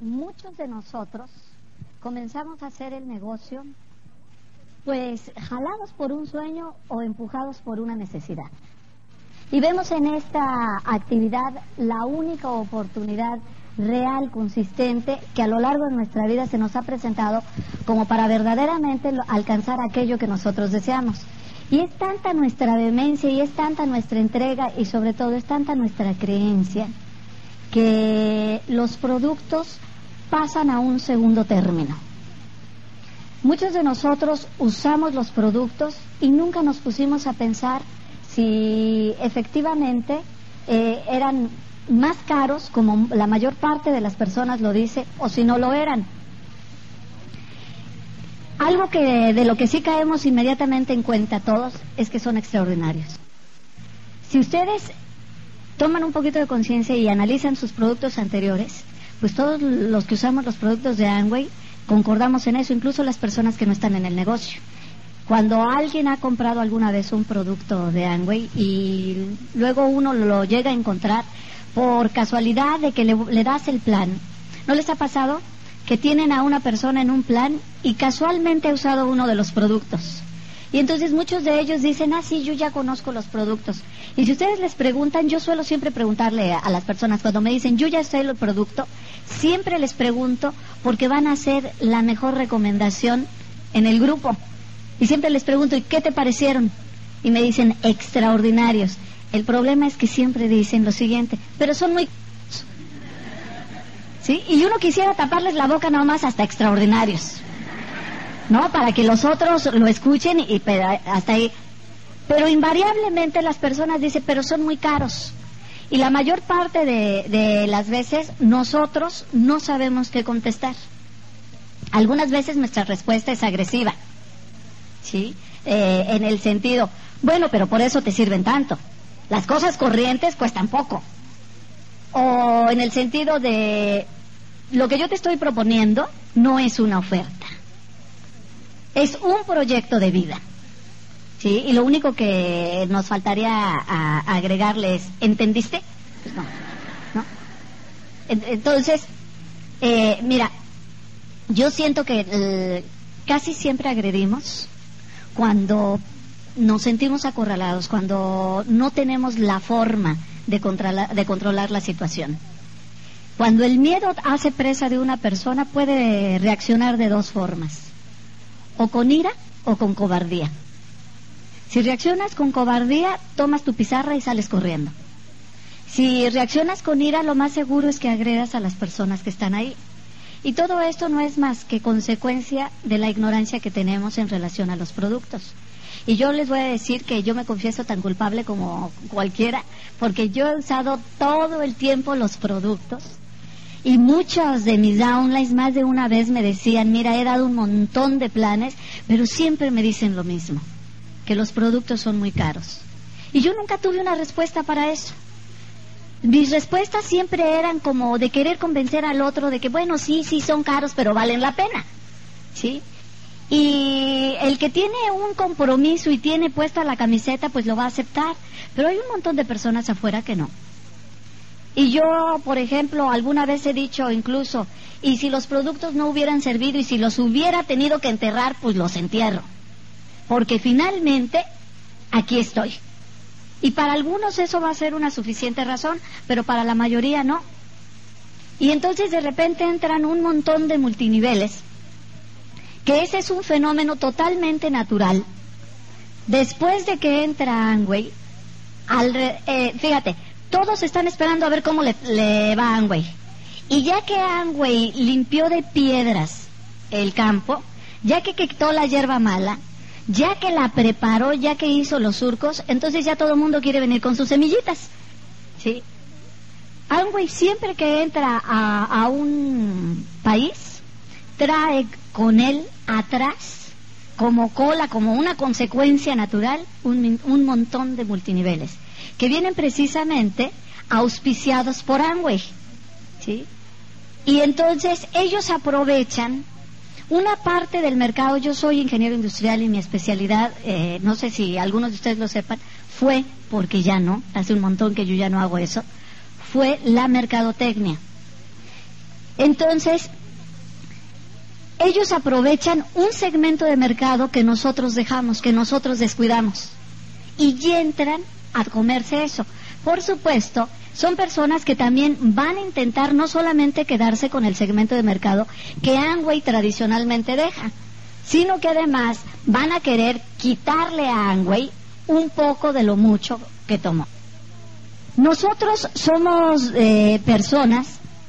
muchos de nosotros comenzamos a hacer el negocio pues jalados por un sueño o empujados por una necesidad. Y vemos en esta actividad la única oportunidad real, consistente, que a lo largo de nuestra vida se nos ha presentado como para verdaderamente alcanzar aquello que nosotros deseamos. Y es tanta nuestra vehemencia y es tanta nuestra entrega y sobre todo es tanta nuestra creencia que los productos pasan a un segundo término. Muchos de nosotros usamos los productos y nunca nos pusimos a pensar si efectivamente eran más caros, como la mayor parte de las personas lo dice, o si no lo eran. Algo que de lo que sí caemos inmediatamente en cuenta todos es que son extraordinarios. Si ustedes toman un poquito de conciencia y analizan sus productos anteriores, pues todos los que usamos los productos de Amway concordamos en eso, incluso las personas que no están en el negocio. Cuando alguien ha comprado alguna vez un producto de Amway y luego uno lo llega a encontrar por casualidad de que le das el plan, ¿no les ha pasado que tienen a una persona en un plan y casualmente ha usado uno de los productos? Y entonces muchos de ellos dicen, sí, yo ya conozco los productos. Y si ustedes les preguntan, yo suelo siempre preguntarle a las personas, cuando me dicen, yo ya sé el producto, siempre les pregunto porque van a hacer la mejor recomendación en el grupo. Y siempre les pregunto, ¿y qué te parecieron? Y me dicen, extraordinarios. El problema es que siempre dicen lo siguiente, pero son muy... ¿Sí? Y uno quisiera taparles la boca nomás hasta extraordinarios, ¿no? Para que los otros lo escuchen y hasta ahí. Pero invariablemente las personas dicen, pero son muy caros. Y la mayor parte de las veces nosotros no sabemos qué contestar. Algunas veces nuestra respuesta es agresiva, ¿sí? En el sentido, bueno, pero por eso te sirven tanto. Las cosas corrientes cuestan poco. O en el sentido de, lo que yo te estoy proponiendo no es una oferta. Es un proyecto de vida, ¿sí? Y lo único que nos faltaría agregarle es, ¿entendiste? Pues no, ¿no? Entonces, mira, yo siento que casi siempre agredimos cuando nos sentimos acorralados, cuando no tenemos la forma de controlar la situación. Cuando el miedo hace presa de una persona, puede reaccionar de dos formas: o con ira o con cobardía. Si reaccionas con cobardía, tomas tu pizarra y sales corriendo. Si reaccionas con ira, lo más seguro es que agredas a las personas que están ahí. Y todo esto no es más que consecuencia de la ignorancia que tenemos en relación a los productos. Y yo les voy a decir que yo me confieso tan culpable como cualquiera, porque yo he usado todo el tiempo los productos. Y muchos de mis downlines más de una vez me decían, mira, he dado un montón de planes, pero siempre me dicen lo mismo, que los productos son muy caros. Y yo nunca tuve una respuesta para eso. Mis respuestas siempre eran como de querer convencer al otro de que, bueno, sí, son caros, pero valen la pena, ¿sí? Y el que tiene un compromiso y tiene puesta la camiseta, pues lo va a aceptar. Pero hay un montón de personas afuera que no. Y yo, por ejemplo, alguna vez he dicho incluso, y si los productos no hubieran servido y si los hubiera tenido que enterrar, pues los entierro. Porque finalmente, aquí estoy. Y para algunos eso va a ser una suficiente razón, pero para la mayoría no. Y entonces de repente entran un montón de multiniveles, que ese es un fenómeno totalmente natural. Después de que entra Amway, fíjate, todos están esperando a ver cómo le va a Amway. Y ya que Amway limpió de piedras el campo, ya que quitó la hierba mala, ya que la preparó, ya que hizo los surcos, entonces ya todo el mundo quiere venir con sus semillitas, ¿sí? Amway siempre que entra a un país, trae con él atrás, como cola, como una consecuencia natural, un montón de multiniveles, que vienen precisamente auspiciados por Amway, ¿sí? Y entonces ellos aprovechan una parte del mercado. Yo soy ingeniero industrial y mi especialidad, no sé si algunos de ustedes lo sepan, fue, porque ya no, hace un montón que yo ya no hago eso, fue la mercadotecnia. Entonces, ellos aprovechan un segmento de mercado que nosotros dejamos, que nosotros descuidamos, y entran a comerse eso. Por supuesto, son personas que también van a intentar no solamente quedarse con el segmento de mercado que Amway tradicionalmente deja, sino que además van a querer quitarle a Amway un poco de lo mucho que tomó. Nosotros somos personas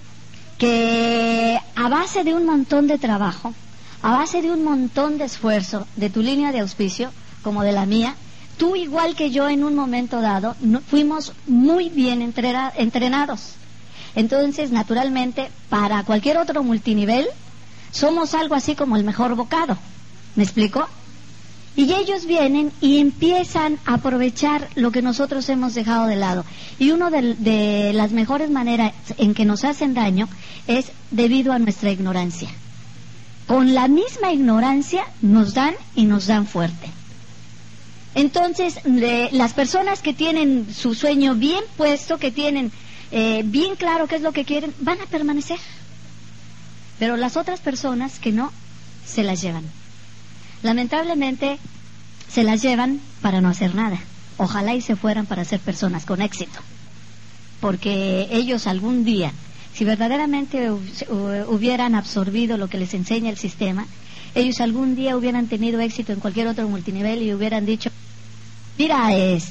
que a base de un montón de trabajo, a base de un montón de esfuerzo de tu línea de auspicio, como de la mía, tú igual que yo en un momento dado, fuimos muy bien entrenados. Entonces, naturalmente, para cualquier otro multinivel, somos algo así como el mejor bocado. ¿Me explico? Y ellos vienen y empiezan a aprovechar lo que nosotros hemos dejado de lado. Y una de las mejores maneras en que nos hacen daño es debido a nuestra ignorancia. Con la misma ignorancia nos dan y nos dan fuerte. Entonces, las personas que tienen su sueño bien puesto, que tienen bien claro qué es lo que quieren, van a permanecer. Pero las otras personas que no, se las llevan. Lamentablemente, se las llevan para no hacer nada. Ojalá y se fueran para ser personas con éxito. Porque ellos algún día, si verdaderamente hubieran absorbido lo que les enseña el sistema, ellos algún día hubieran tenido éxito en cualquier otro multinivel y hubieran dicho, mira,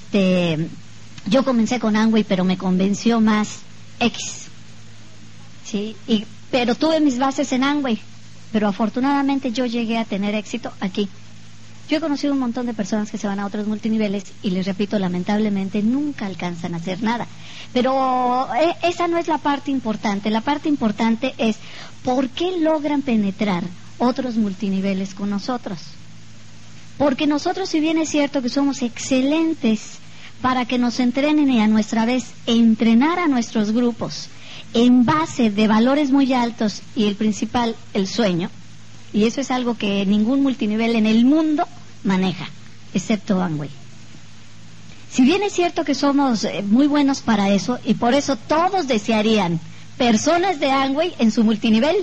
yo comencé con Amway, pero me convenció más X. ¿Sí? Pero tuve mis bases en Amway, pero afortunadamente yo llegué a tener éxito aquí. Yo he conocido un montón de personas que se van a otros multiniveles y les repito, lamentablemente nunca alcanzan a hacer nada. Pero esa no es la parte importante. La parte importante es ¿por qué logran penetrar otros multiniveles con nosotros? Porque nosotros, si bien es cierto que somos excelentes para que nos entrenen y a nuestra vez entrenar a nuestros grupos en base de valores muy altos y el principal, el sueño, y eso es algo que ningún multinivel en el mundo maneja, excepto Amway. Si bien es cierto que somos muy buenos para eso, y por eso todos desearían personas de Amway en su multinivel,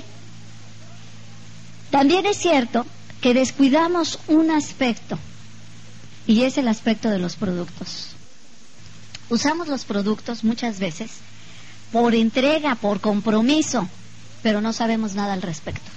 también es cierto que descuidamos un aspecto, y es el aspecto de los productos. Usamos los productos muchas veces por entrega, por compromiso, pero no sabemos nada al respecto.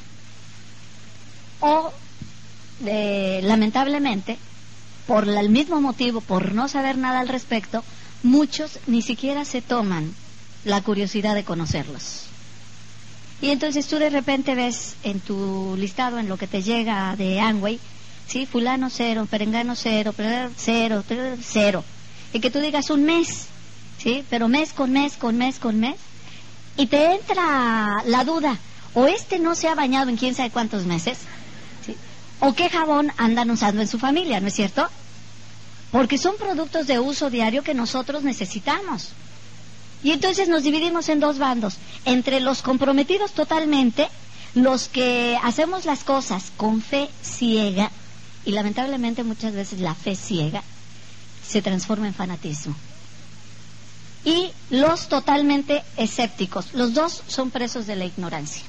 O, lamentablemente, por el mismo motivo, por no saber nada al respecto, muchos ni siquiera se toman la curiosidad de conocerlos. Y entonces tú de repente ves en tu listado, en lo que te llega de Amway, ¿sí? Fulano 0, perengano 0, 0, 0. Y que tú digas un mes, ¿sí? Pero mes con mes, con mes, con mes. Y te entra la duda, o no se ha bañado en quién sabe cuántos meses, ¿sí? O qué jabón andan usando en su familia, ¿no es cierto? Porque son productos de uso diario que nosotros necesitamos. Y entonces nos dividimos en dos bandos, entre los comprometidos totalmente, los que hacemos las cosas con fe ciega, y lamentablemente muchas veces la fe ciega se transforma en fanatismo. Y los totalmente escépticos, los dos son presos de la ignorancia.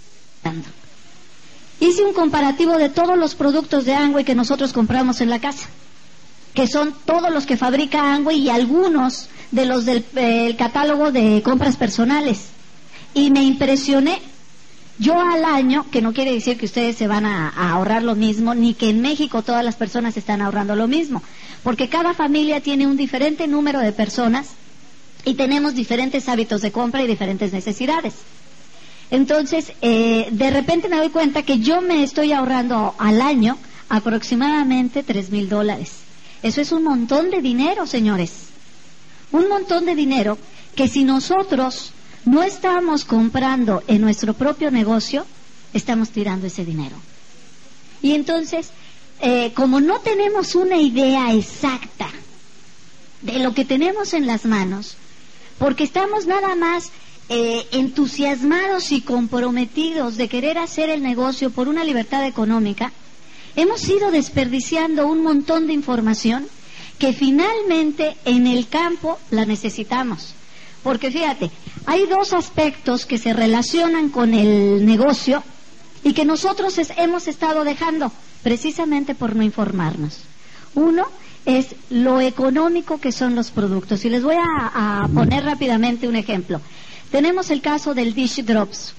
Hice un comparativo de todos los productos de Amway que nosotros compramos en la casa, que son todos los que fabrica Amway y algunos de los del catálogo de compras personales. Y me impresioné. Yo al año, que no quiere decir que ustedes se van a ahorrar lo mismo, ni que en México todas las personas están ahorrando lo mismo, porque cada familia tiene un diferente número de personas y tenemos diferentes hábitos de compra y diferentes necesidades. Entonces, de repente me doy cuenta que yo me estoy ahorrando al año aproximadamente $3,000. Eso es un montón de dinero, señores. Un montón de dinero que si nosotros no estamos comprando en nuestro propio negocio, estamos tirando ese dinero. Y entonces, como no tenemos una idea exacta de lo que tenemos en las manos, porque estamos nada más entusiasmados y comprometidos de querer hacer el negocio por una libertad económica, hemos ido desperdiciando un montón de información que finalmente en el campo la necesitamos. Porque fíjate, hay dos aspectos que se relacionan con el negocio y que nosotros hemos estado dejando precisamente por no informarnos. Uno es lo económico que son los productos. Y les voy a poner rápidamente un ejemplo. Tenemos el caso del Dish Drops.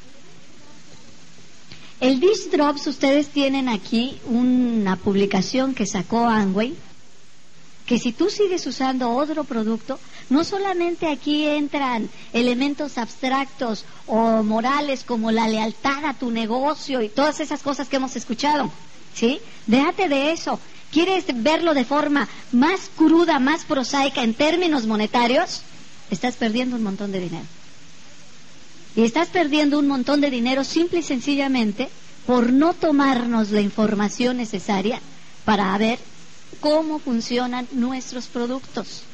El Dish Drops, ustedes tienen aquí una publicación que sacó Amway, que si tú sigues usando otro producto, no solamente aquí entran elementos abstractos o morales como la lealtad a tu negocio y todas esas cosas que hemos escuchado, ¿sí? Déjate de eso. ¿Quieres verlo de forma más cruda, más prosaica en términos monetarios? Estás perdiendo un montón de dinero. Y estás perdiendo un montón de dinero simple y sencillamente por no tomarnos la información necesaria para ver cómo funcionan nuestros productos.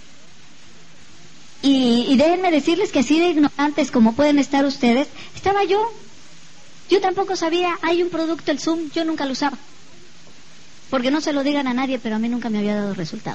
Y déjenme decirles que así de ignorantes como pueden estar ustedes, estaba yo. Yo tampoco sabía, hay un producto, el Zoom, yo nunca lo usaba. Porque no se lo digan a nadie, pero a mí nunca me había dado resultado.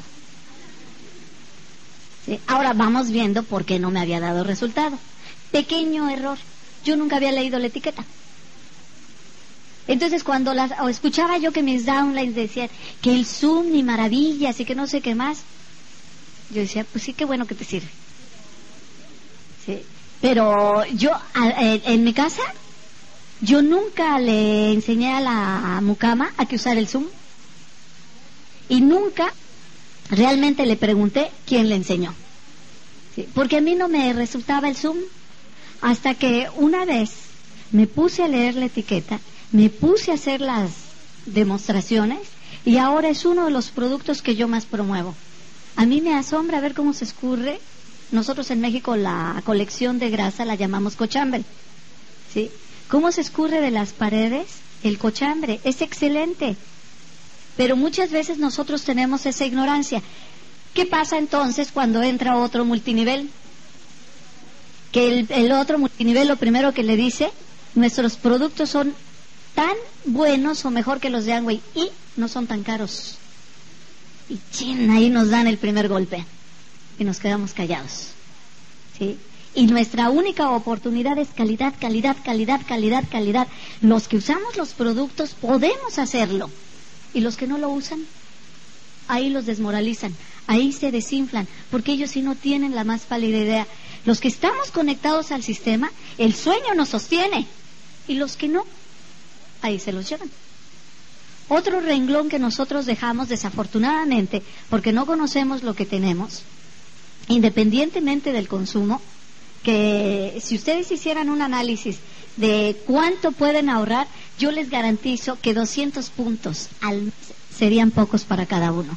¿Sí? Ahora vamos viendo por qué no me había dado resultado. Pequeño error, yo nunca había leído la etiqueta. Entonces cuando escuchaba yo que mis downlines decían que el Zoom ni maravillas y que no sé qué más, yo decía, pues sí, qué bueno que te sirve. ¿Sí? Pero yo, en mi casa, yo nunca le enseñé a la mucama a que usara el Zoom. Y nunca realmente le pregunté quién le enseñó. ¿Sí? Porque a mí no me resultaba el Zoom. Hasta que una vez me puse a leer la etiqueta, me puse a hacer las demostraciones y ahora es uno de los productos que yo más promuevo. A mí me asombra ver cómo se escurre. Nosotros en México la colección de grasa la llamamos cochambre. ¿Sí? ¿Cómo se escurre de las paredes el cochambre? Es excelente. Pero muchas veces nosotros tenemos esa ignorancia. ¿Qué pasa entonces cuando entra otro multinivel? Que el otro multinivel lo primero que le dice, nuestros productos son tan buenos o mejor que los de Amway y no son tan caros. Y chin, ahí nos dan el primer golpe y nos quedamos callados. ¿Sí? Y nuestra única oportunidad es calidad, calidad, calidad, calidad, calidad. Los que usamos los productos podemos hacerlo. Y los que no lo usan, ahí los desmoralizan, ahí se desinflan, porque ellos sí no tienen la más pálida idea. Los que estamos conectados al sistema, el sueño nos sostiene, y los que no, ahí se los llevan. Otro renglón que nosotros dejamos, desafortunadamente, porque no conocemos lo que tenemos, independientemente del consumo, que si ustedes hicieran un análisis de cuánto pueden ahorrar, yo les garantizo que 200 puntos al mes serían pocos para cada uno.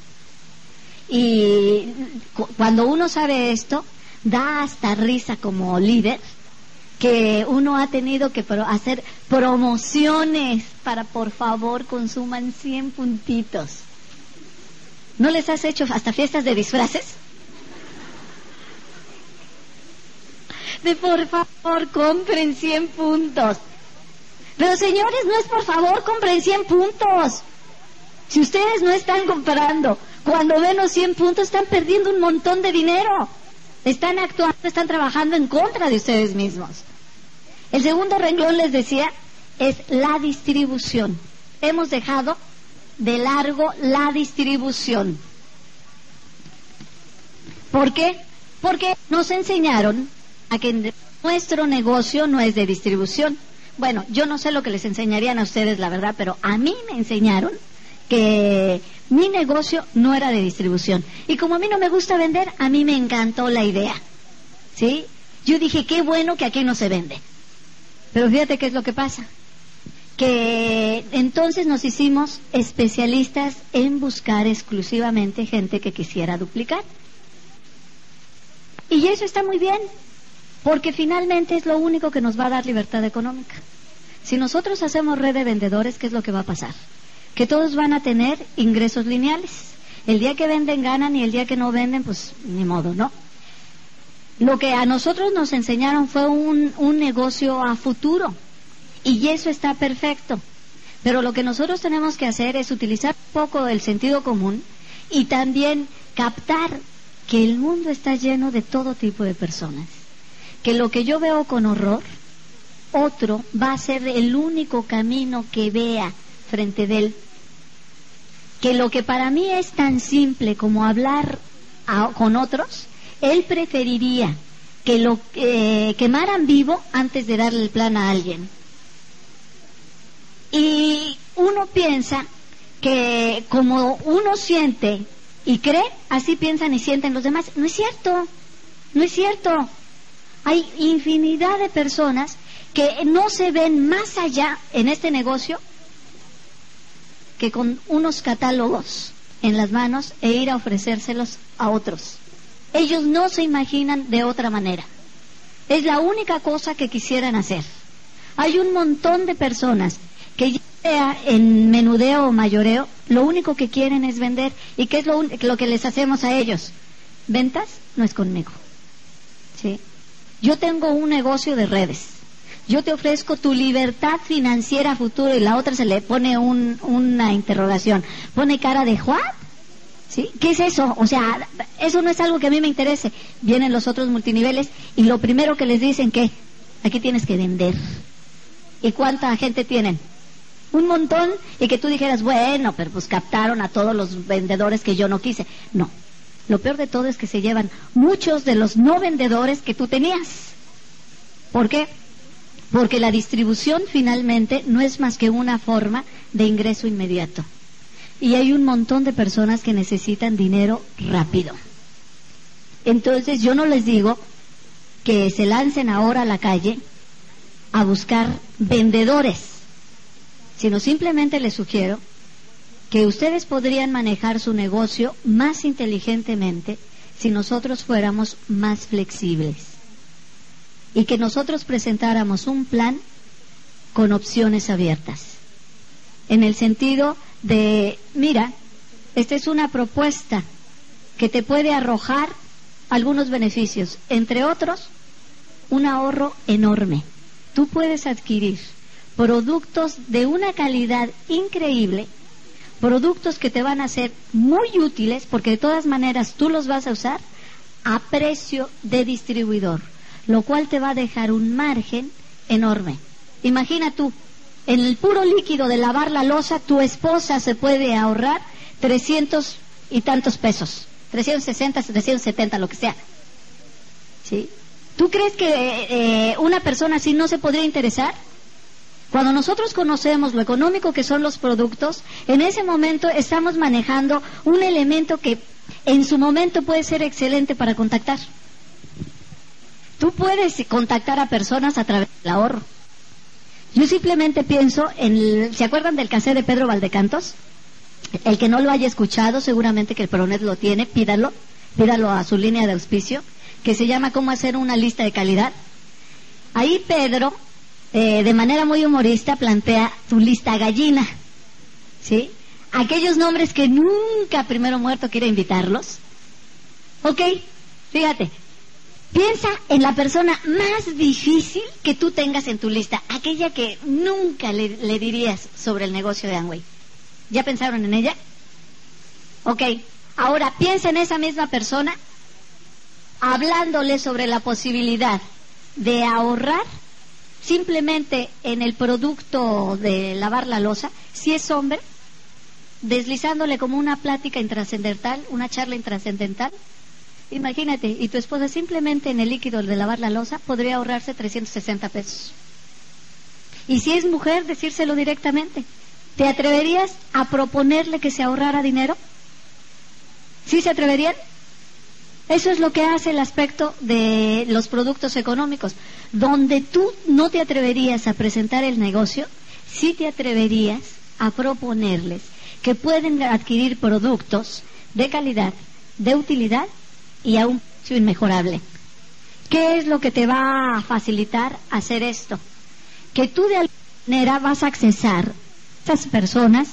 Y cuando uno sabe esto, da hasta risa como líder, que uno ha tenido que hacer promociones para, por favor, consuman 100 puntitos. ¿No les has hecho hasta fiestas de disfraces? De por favor, compren 100 puntos. Pero señores, no es por favor, compren 100 puntos. Si ustedes no están comprando, cuando ven los 100 puntos, están perdiendo un montón de dinero. Están actuando, están trabajando en contra de ustedes mismos. El segundo renglón, les decía, es la distribución. Hemos dejado de largo la distribución. ¿Por qué? Porque nos enseñaron a que nuestro negocio no es de distribución. Bueno, yo no sé lo que les enseñarían a ustedes, la verdad, pero a mí me enseñaron que mi negocio no era de distribución. Y como a mí no me gusta vender, a mí me encantó la idea. ¿Sí? Yo dije, qué bueno que aquí no se vende. Pero fíjate qué es lo que pasa. Que entonces nos hicimos especialistas en buscar exclusivamente gente que quisiera duplicar. Y eso está muy bien, porque finalmente es lo único que nos va a dar libertad económica. Si nosotros hacemos red de vendedores, ¿qué es lo que va a pasar? Que todos van a tener ingresos lineales. El día que venden ganan y el día que no venden, pues ni modo, ¿no? Lo que a nosotros nos enseñaron fue un negocio a futuro, y eso está perfecto. Pero lo que nosotros tenemos que hacer es utilizar un poco el sentido común y también captar que el mundo está lleno de todo tipo de personas. que lo que yo veo con horror, otro va a ser el único camino que vea frente de él. Que lo que para mí es tan simple como hablar con otros, él preferiría que lo quemaran vivo antes de darle el plan a alguien. Y uno piensa que como uno siente y cree, así piensan y sienten los demás. No es cierto, no es cierto. Hay infinidad de personas que no se ven más allá en este negocio que con unos catálogos en las manos e ir a ofrecérselos a otros. Ellos no se imaginan de otra manera. Es la única cosa que quisieran hacer. Hay un montón de personas que ya sea en menudeo o mayoreo, lo único que quieren es vender. ¿Y qué es lo que les hacemos a ellos? Ventas no es conmigo. ¿Sí? Yo tengo un negocio de redes. Yo te ofrezco tu libertad financiera a futuro, y la otra se le pone una interrogación. Pone cara de ¿what? ¿Sí? ¿Qué es eso? O sea, eso no es algo que a mí me interese. Vienen los otros multiniveles y lo primero que les dicen, ¿qué? Aquí tienes que vender. ¿Y cuánta gente tienen? Un montón. Y que tú dijeras, bueno, pero pues captaron a todos los vendedores que yo no quise. No. Lo peor de todo es que se llevan muchos de los no vendedores que tú tenías. ¿Por qué? Porque la distribución finalmente no es más que una forma de ingreso inmediato. Y hay un montón de personas que necesitan dinero rápido. Entonces yo no les digo que se lancen ahora a la calle a buscar vendedores, sino simplemente les sugiero que ustedes podrían manejar su negocio más inteligentemente si nosotros fuéramos más flexibles y que nosotros presentáramos un plan con opciones abiertas, en el sentido de, mira, esta es una propuesta que te puede arrojar algunos beneficios, entre otros, un ahorro enorme. Tú puedes adquirir productos de una calidad increíble, productos que te van a ser muy útiles, porque de todas maneras tú los vas a usar a precio de distribuidor, lo cual te va a dejar un margen enorme. Imagina tú, en el puro líquido de lavar la loza, tu esposa se puede ahorrar 300 y tantos pesos, 360, 370, lo que sea. ¿Sí? ¿Tú crees que una persona así no se podría interesar? Cuando nosotros conocemos lo económico que son los productos, en ese momento estamos manejando un elemento que en su momento puede ser excelente para contactar. Tú puedes contactar a personas a través del ahorro. Yo simplemente pienso ¿se acuerdan del cassette de Pedro Valdecantos? El que no lo haya escuchado, seguramente que el Pronet lo tiene, pídalo a su línea de auspicio, que se llama ¿Cómo hacer una lista de calidad? Ahí Pedro, de manera muy humorista, plantea tu lista gallina, ¿sí? Aquellos nombres que nunca Primero Muerto quiere invitarlos. Ok, fíjate. Piensa en la persona más difícil que tú tengas en tu lista, aquella que nunca le dirías sobre el negocio de Amway. ¿Ya pensaron en ella? Ok, ahora piensa en esa misma persona hablándole sobre la posibilidad de ahorrar simplemente en el producto de lavar la loza, si es hombre, deslizándole como una plática intrascendental, una charla intrascendental. Imagínate, y tu esposa simplemente en el líquido de lavar la loza podría ahorrarse 360 pesos. Y si es mujer, decírselo directamente. ¿Te atreverías a proponerle que se ahorrara dinero? ¿Sí se atreverían? Eso es lo que hace el aspecto de los productos económicos. Donde tú no te atreverías a presentar el negocio, sí te atreverías a proponerles que pueden adquirir productos de calidad, de utilidad y a un precio inmejorable. ¿Qué es lo que te va a facilitar hacer esto? Que tú de alguna manera vas a accesar a esas personas.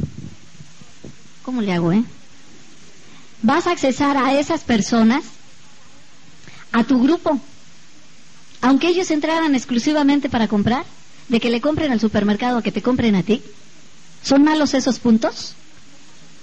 ¿Cómo le hago, Vas a accesar a esas personas, a tu grupo, aunque ellos entraran exclusivamente para comprar, de que le compren al supermercado o que te compren a ti. ¿Son malos esos puntos?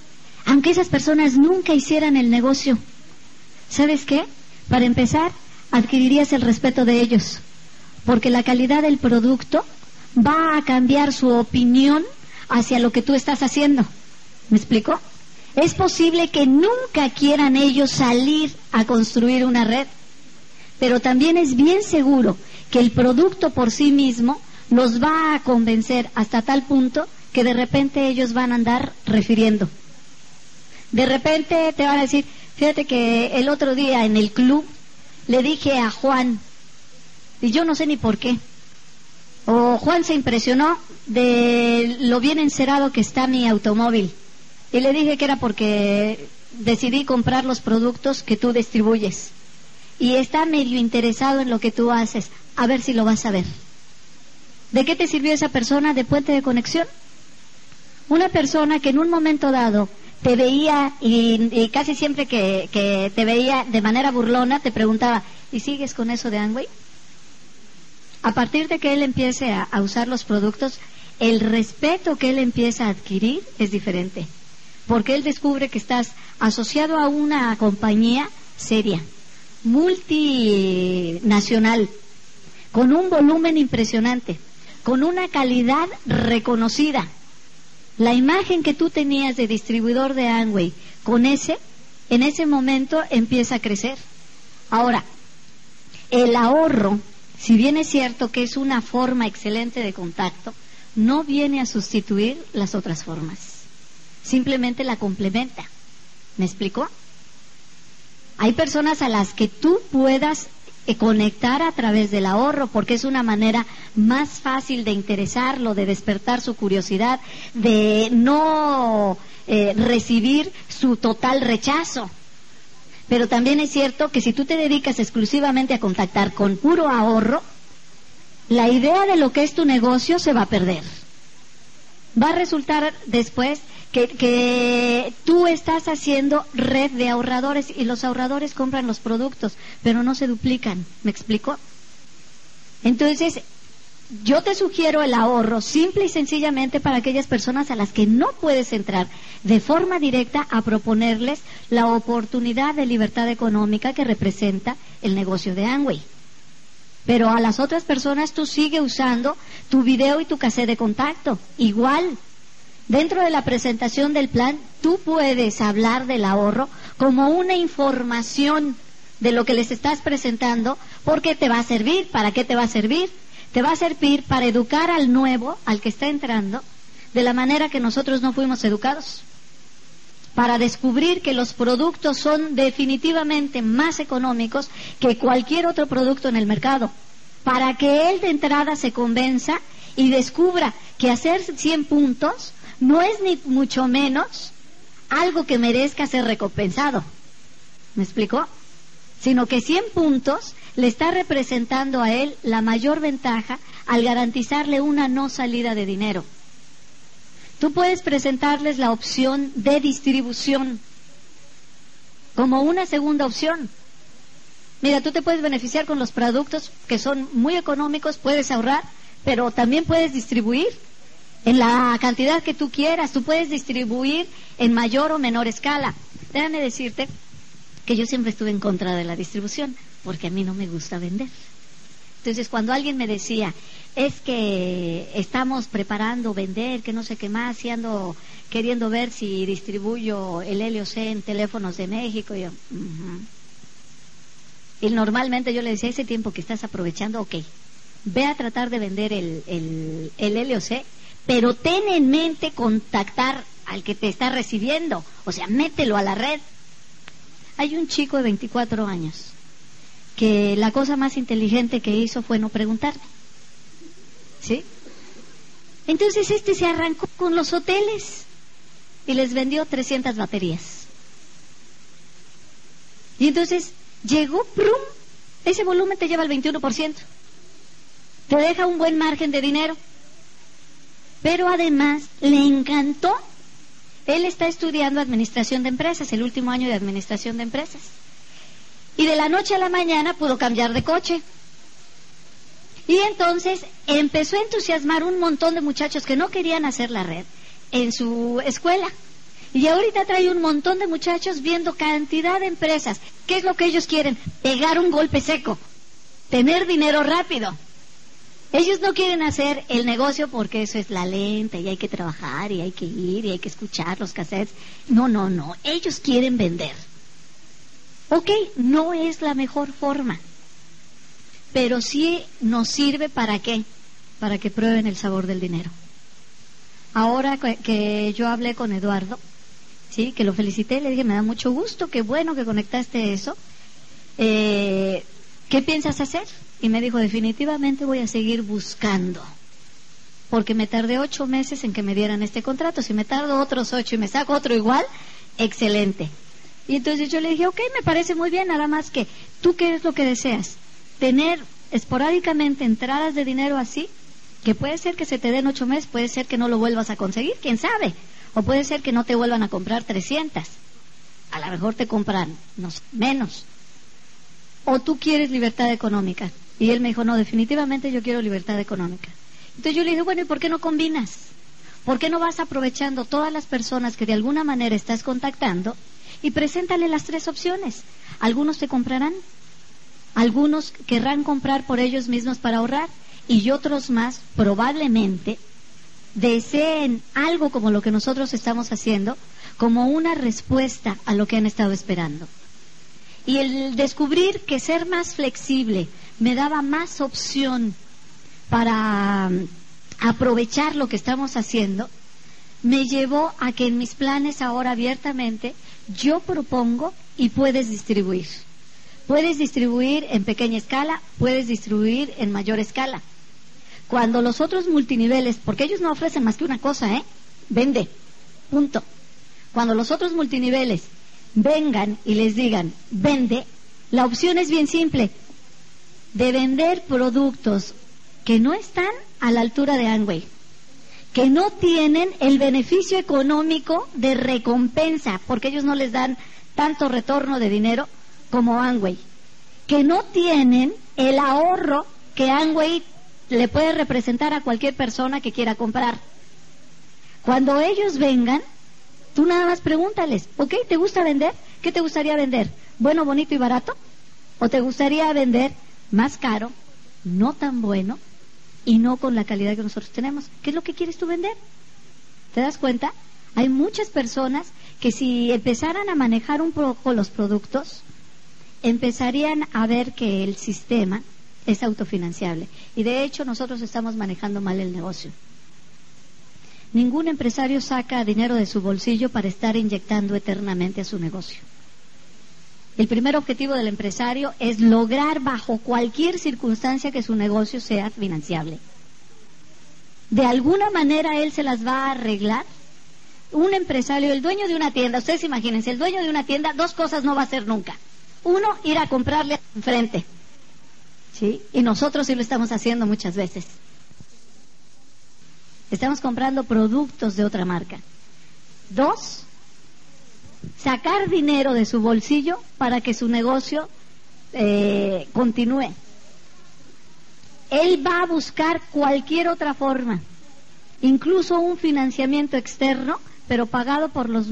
Aunque esas personas nunca hicieran el negocio. ¿Sabes qué? Para empezar, adquirirías el respeto de ellos, porque la calidad del producto va a cambiar su opinión hacia lo que tú estás haciendo. ¿Me explico? Es posible que nunca quieran ellos salir a construir una red, pero también es bien seguro que el producto por sí mismo los va a convencer hasta tal punto que de repente ellos van a andar refiriendo. De repente te van a decir, fíjate que el otro día en el club le dije a Juan, y yo no sé ni por qué, o Juan se impresionó de lo bien encerado que está mi automóvil, y le dije que era porque decidí comprar los productos que tú distribuyes, y está medio interesado en lo que tú haces, a ver si lo vas a ver. ¿De qué te sirvió esa persona de puente de conexión? Una persona que en un momento dado te veía y casi siempre que te veía de manera burlona te preguntaba, ¿y sigues con eso de Amway? A partir de que él empiece a usar los productos, el respeto que él empieza a adquirir es diferente, porque él descubre que estás asociado a una compañía seria, multinacional, con un volumen impresionante, con una calidad reconocida. La imagen que tú tenías de distribuidor de Amway en ese momento empieza a crecer. Ahora, el ahorro, si bien es cierto que es una forma excelente de contacto, no viene a sustituir las otras formas. Simplemente la complementa. ¿Me explico? Hay personas a las que tú puedas conectar a través del ahorro, porque es una manera más fácil de interesarlo, de despertar su curiosidad, de no recibir su total rechazo. Pero también es cierto que si tú te dedicas exclusivamente a contactar con puro ahorro, la idea de lo que es tu negocio se va a perder. Va a resultar después que tú estás haciendo red de ahorradores y los ahorradores compran los productos, pero no se duplican. ¿Me explico? Entonces, yo te sugiero el ahorro simple y sencillamente para aquellas personas a las que no puedes entrar de forma directa a proponerles la oportunidad de libertad económica que representa el negocio de Amway. Pero a las otras personas tú sigue usando tu video y tu cassette de contacto. Igual, dentro de la presentación del plan, tú puedes hablar del ahorro como una información de lo que les estás presentando, porque te va a servir. ¿Para qué te va a servir? Te va a servir para educar al nuevo, al que está entrando, de la manera que nosotros no fuimos educados. Para descubrir que los productos son definitivamente más económicos que cualquier otro producto en el mercado. Para que él de entrada se convenza y descubra que hacer 100 puntos no es ni mucho menos algo que merezca ser recompensado. ¿Me explicó? Sino que 100 puntos le está representando a él la mayor ventaja al garantizarle una no salida de dinero. Tú puedes presentarles la opción de distribución como una segunda opción. Mira, tú te puedes beneficiar con los productos que son muy económicos, puedes ahorrar, pero también puedes distribuir en la cantidad que tú quieras. Tú puedes distribuir en mayor o menor escala. Déjame decirte que yo siempre estuve en contra de la distribución, porque a mí no me gusta vender. Entonces, cuando alguien me decía, es que estamos preparando vender, que no sé qué más, y ando queriendo ver si distribuyo el LOC en teléfonos de México, y yo, y normalmente yo le decía, ese tiempo que estás aprovechando, ok, ve a tratar de vender el LOC, pero ten en mente contactar al que te está recibiendo, o sea, mételo a la red. Hay un chico de 24 años que la cosa más inteligente que hizo fue no preguntarme. ¿Sí? Entonces se arrancó con los hoteles y les vendió 300 baterías. Y entonces llegó, ¡prum! Ese volumen te lleva el 21%. Te deja un buen margen de dinero. Pero además le encantó. Él está estudiando administración de empresas, el último año de administración de empresas. Y de la noche a la mañana pudo cambiar de coche. Y entonces empezó a entusiasmar un montón de muchachos que no querían hacer la red en su escuela. Y ahorita trae un montón de muchachos viendo cantidad de empresas. ¿Qué es lo que ellos quieren? Pegar un golpe seco, tener dinero rápido. Ellos no quieren hacer el negocio porque eso es la lenta y hay que trabajar y hay que ir y hay que escuchar los cassettes. No, no, no. Ellos quieren vender. Ok, no es la mejor forma, pero sí nos sirve ¿para qué? Para que prueben el sabor del dinero. Ahora que yo hablé con Eduardo, sí, que lo felicité, le dije, me da mucho gusto, qué bueno que conectaste eso. ¿Qué piensas hacer? Y me dijo, definitivamente voy a seguir buscando, porque me tardé 8 meses en que me dieran este contrato. Si me tardo otros 8 y me saco otro igual, excelente. Y entonces yo le dije, ok, me parece muy bien, nada más que, ¿tú qué es lo que deseas? Tener esporádicamente entradas de dinero así, que puede ser que se te den 8 meses, puede ser que no lo vuelvas a conseguir, quién sabe, o puede ser que no te vuelvan a comprar 300, a lo mejor te compran menos, o tú quieres libertad económica. Y él me dijo, no, definitivamente yo quiero libertad económica. Entonces yo le dije, bueno, ¿y por qué no combinas? ¿Por qué no vas aprovechando todas las personas que de alguna manera estás contactando y preséntale las 3 opciones? Algunos te comprarán, algunos querrán comprar por ellos mismos para ahorrar, y otros más probablemente deseen algo como lo que nosotros estamos haciendo, como una respuesta a lo que han estado esperando. Y el descubrir que ser más flexible me daba más opción para aprovechar lo que estamos haciendo, me llevó a que en mis planes ahora abiertamente yo propongo y puedes distribuir. Puedes distribuir en pequeña escala, puedes distribuir en mayor escala. Cuando los otros multiniveles, porque ellos no ofrecen más que una cosa, vende, punto. Cuando los otros multiniveles vengan y les digan, vende, la opción es bien simple, de vender productos que no están a la altura de Amway, que no tienen el beneficio económico de recompensa, porque ellos no les dan tanto retorno de dinero como Amway, que no tienen el ahorro que Amway le puede representar a cualquier persona que quiera comprar. Cuando ellos vengan, tú nada más pregúntales, ok, ¿te gusta vender? ¿Qué te gustaría vender? ¿Bueno, bonito y barato? ¿O te gustaría vender más caro, no tan bueno y no con la calidad que nosotros tenemos? ¿Qué es lo que quieres tú vender? ¿Te das cuenta? Hay muchas personas que si empezaran a manejar un poco los productos, empezarían a ver que el sistema es autofinanciable. Y de hecho nosotros estamos manejando mal el negocio. Ningún empresario saca dinero de su bolsillo para estar inyectando eternamente a su negocio. El primer objetivo del empresario es lograr bajo cualquier circunstancia que su negocio sea financiable. De alguna manera él se las va a arreglar. Un empresario, el dueño de una tienda, ustedes imagínense, el dueño de una tienda, 2 cosas no va a hacer nunca. 1, ir a comprarle enfrente, ¿sí? Y nosotros sí lo estamos haciendo muchas veces. Estamos comprando productos de otra marca. 2, sacar dinero de su bolsillo para que su negocio continúe. Él va a buscar cualquier otra forma, incluso un financiamiento externo, pero pagado por los...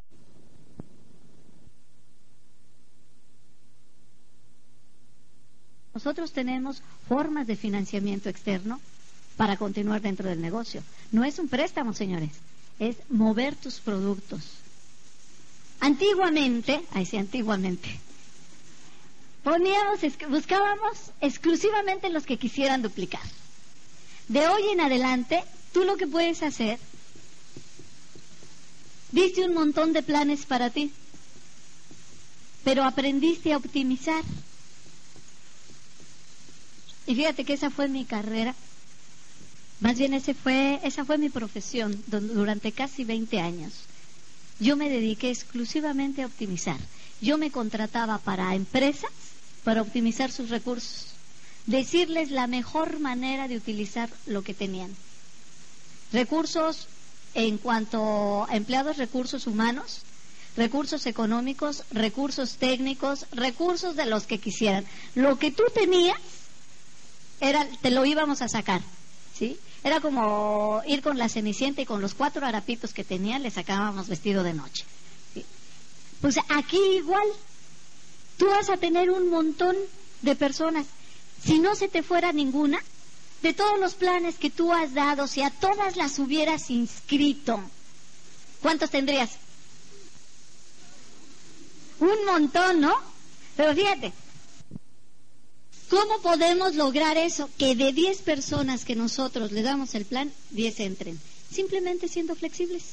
Nosotros tenemos formas de financiamiento externo para continuar dentro del negocio. No es un préstamo, señores, es mover tus productos. Antiguamente, buscábamos exclusivamente los que quisieran duplicar. De hoy en adelante, tú lo que puedes hacer, viste un montón de planes para ti, pero aprendiste a optimizar. Y fíjate que esa fue mi carrera, más bien esa fue mi profesión durante casi 20 años. Yo me dediqué exclusivamente a optimizar. Yo me contrataba para empresas para optimizar sus recursos, decirles la mejor manera de utilizar lo que tenían. Recursos en cuanto a empleados, recursos humanos, recursos económicos, recursos técnicos, recursos de los que quisieran. Lo que tú tenías, te lo íbamos a sacar, ¿sí? Era como ir con la Cenicienta y con los 4 harapitos que tenían le sacábamos vestido de noche. Pues aquí igual, tú vas a tener un montón de personas. Si no se te fuera ninguna, de todos los planes que tú has dado, si a todas las hubieras inscrito, ¿cuántos tendrías? Un montón, ¿no? Pero fíjate, ¿cómo podemos lograr eso? Que de 10 personas que nosotros le damos el plan, 10 entren. Simplemente siendo flexibles.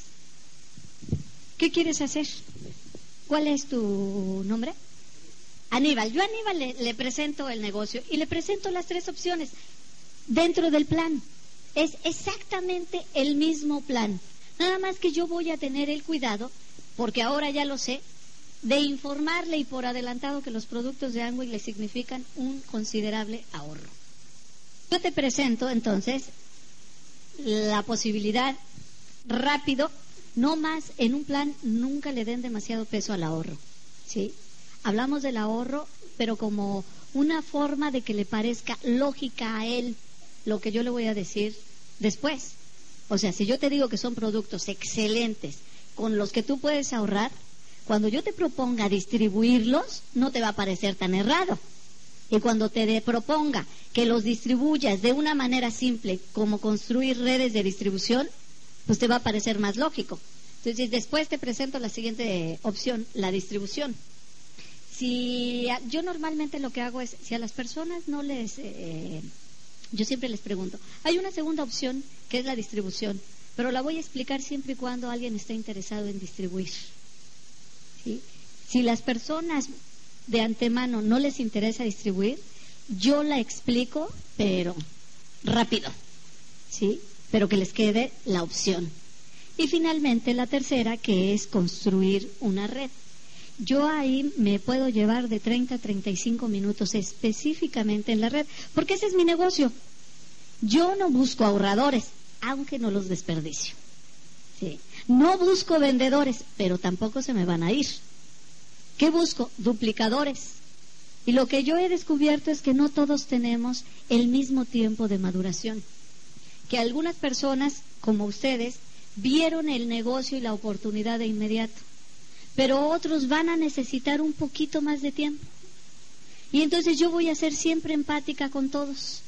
¿Qué quieres hacer? ¿Cuál es tu nombre? Aníbal. Yo a Aníbal le presento el negocio y le presento las 3 opciones dentro del plan. Es exactamente el mismo plan. Nada más que yo voy a tener el cuidado, porque ahora ya lo sé, de informarle y por adelantado que los productos de Amway le significan un considerable ahorro. Yo te presento entonces la posibilidad rápido, no más en un plan, nunca le den demasiado peso al ahorro, ¿sí? Hablamos del ahorro, pero como una forma de que le parezca lógica a él lo que yo le voy a decir después. O sea, si yo te digo que son productos excelentes con los que tú puedes ahorrar, cuando yo te proponga distribuirlos, no te va a parecer tan errado. Y cuando te proponga que los distribuyas de una manera simple, como construir redes de distribución, pues te va a parecer más lógico. Entonces, después te presento la siguiente opción, la distribución. Si yo normalmente lo que hago es, si a las personas no les... yo siempre les pregunto, hay una segunda opción que es la distribución, pero la voy a explicar siempre y cuando alguien esté interesado en distribuir. ¿Sí? Si las personas de antemano no les interesa distribuir, yo la explico, pero rápido, ¿sí? Pero que les quede la opción. Y finalmente la tercera, que es construir una red. Yo ahí me puedo llevar de 30 a 35 minutos específicamente en la red, porque ese es mi negocio. Yo no busco ahorradores, aunque no los desperdicio. ¿Sí? No busco vendedores, pero tampoco se me van a ir. ¿Qué busco? Duplicadores. Y lo que yo he descubierto es que no todos tenemos el mismo tiempo de maduración. Que algunas personas, como ustedes, vieron el negocio y la oportunidad de inmediato, pero otros van a necesitar un poquito más de tiempo. Y entonces yo voy a ser siempre empática con todos.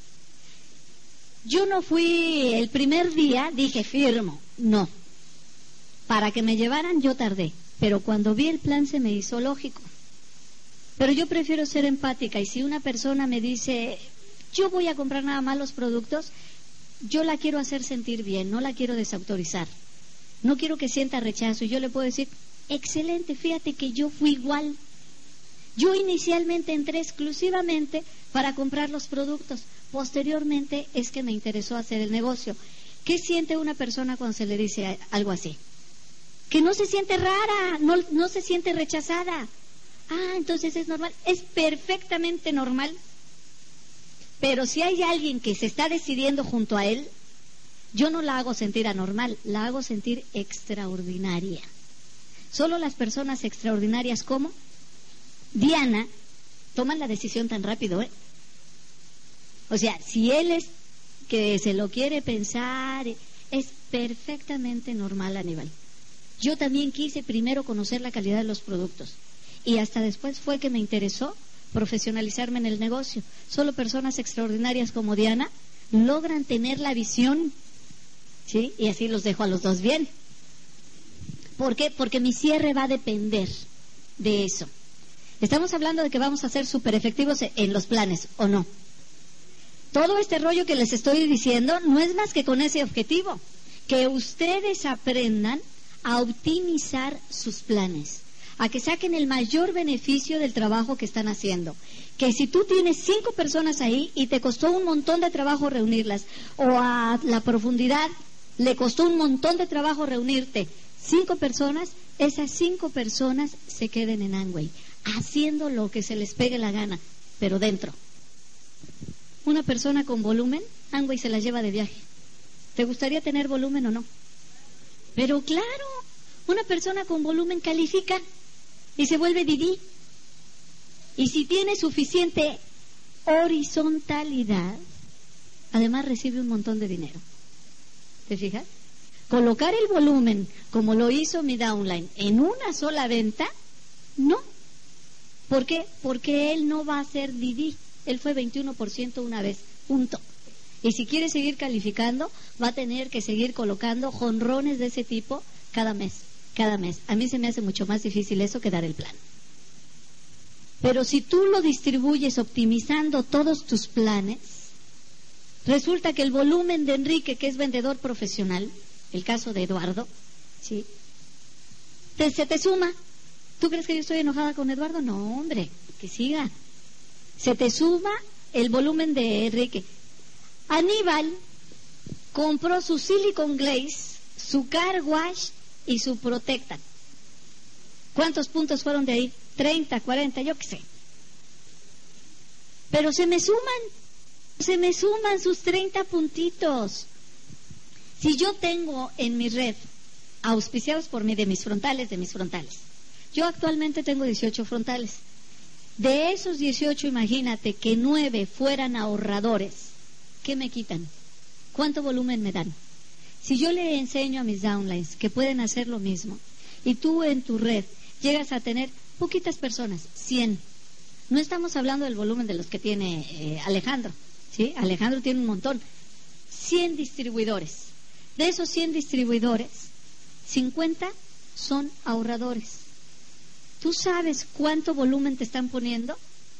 Yo no fui el primer día, dije firmo, no. Para que me llevaran yo tardé, pero cuando vi el plan se me hizo lógico. Pero yo prefiero ser empática, y si una persona me dice, yo voy a comprar nada más los productos, yo la quiero hacer sentir bien, no la quiero desautorizar. No quiero que sienta rechazo, y yo le puedo decir, excelente, fíjate que yo fui igual. Yo inicialmente entré exclusivamente para comprar los productos. Posteriormente es que me interesó hacer el negocio. ¿Qué siente una persona cuando se le dice algo así? Que no se siente rara, no se siente rechazada. Ah, entonces es normal. Es perfectamente normal. Pero si hay alguien que se está decidiendo junto a él, yo no la hago sentir anormal, la hago sentir extraordinaria. Solo las personas extraordinarias como Diana toman la decisión tan rápido, ¿eh? O sea, si él es que se lo quiere pensar, es perfectamente normal, Aníbal. Yo también quise primero conocer la calidad de los productos y hasta después fue que me interesó profesionalizarme en el negocio. Solo personas extraordinarias como Diana logran tener la visión, ¿sí? Y así los dejo a los dos bien. ¿Por qué? Porque mi cierre va a depender de eso. Estamos hablando de que vamos a ser súper efectivos en los planes, ¿o no? Todo este rollo que les estoy diciendo no es más que con ese objetivo, que ustedes aprendan a optimizar sus planes, a que saquen el mayor beneficio del trabajo que están haciendo. Que si tú tienes 5 personas ahí y te costó un montón de trabajo reunirlas, o a la profundidad le costó un montón de trabajo reunirte 5 personas, esas 5 personas se queden en Amway, haciendo lo que se les pegue la gana, pero dentro. Una persona con volumen, Amway se la lleva de viaje. ¿Te gustaría tener volumen o no? Pero claro, una persona con volumen califica y se vuelve Didi. Y si tiene suficiente horizontalidad, además recibe un montón de dinero. ¿Te fijas? Colocar el volumen, como lo hizo mi downline, en una sola venta, No. ¿Por qué? Porque él no va a ser Didi. Él fue 21% una vez, punto. Y si quiere seguir calificando, va a tener que seguir colocando jonrones de ese tipo cada mes, cada mes. A mí se me hace mucho más difícil eso que dar el plan. Pero si tú lo distribuyes optimizando todos tus planes, resulta que el volumen de Enrique, que es vendedor profesional, el caso de Eduardo, ¿sí? Se te suma. ¿Tú crees que yo estoy enojada con Eduardo? No, hombre, que siga. Se te suma el volumen de Enrique. Aníbal compró su Silicon Glaze, su Car Wash y su Protectant. ¿Cuántos puntos fueron de ahí? 30, 40, yo qué sé. Pero se me suman sus 30 puntitos. Si yo tengo en mi red, auspiciados por mí, de mis frontales, yo actualmente tengo 18 frontales. De esos 18, imagínate que 9 fueran ahorradores. ¿Qué me quitan? ¿Cuánto volumen me dan? Si yo le enseño a mis downlines que pueden hacer lo mismo, y tú en tu red llegas a tener poquitas personas, 100. No estamos hablando del volumen de los que tiene Alejandro, ¿sí? Alejandro tiene un montón. 100 distribuidores. De esos 100 distribuidores, 50 son ahorradores. ¿Tú sabes cuánto volumen te están poniendo?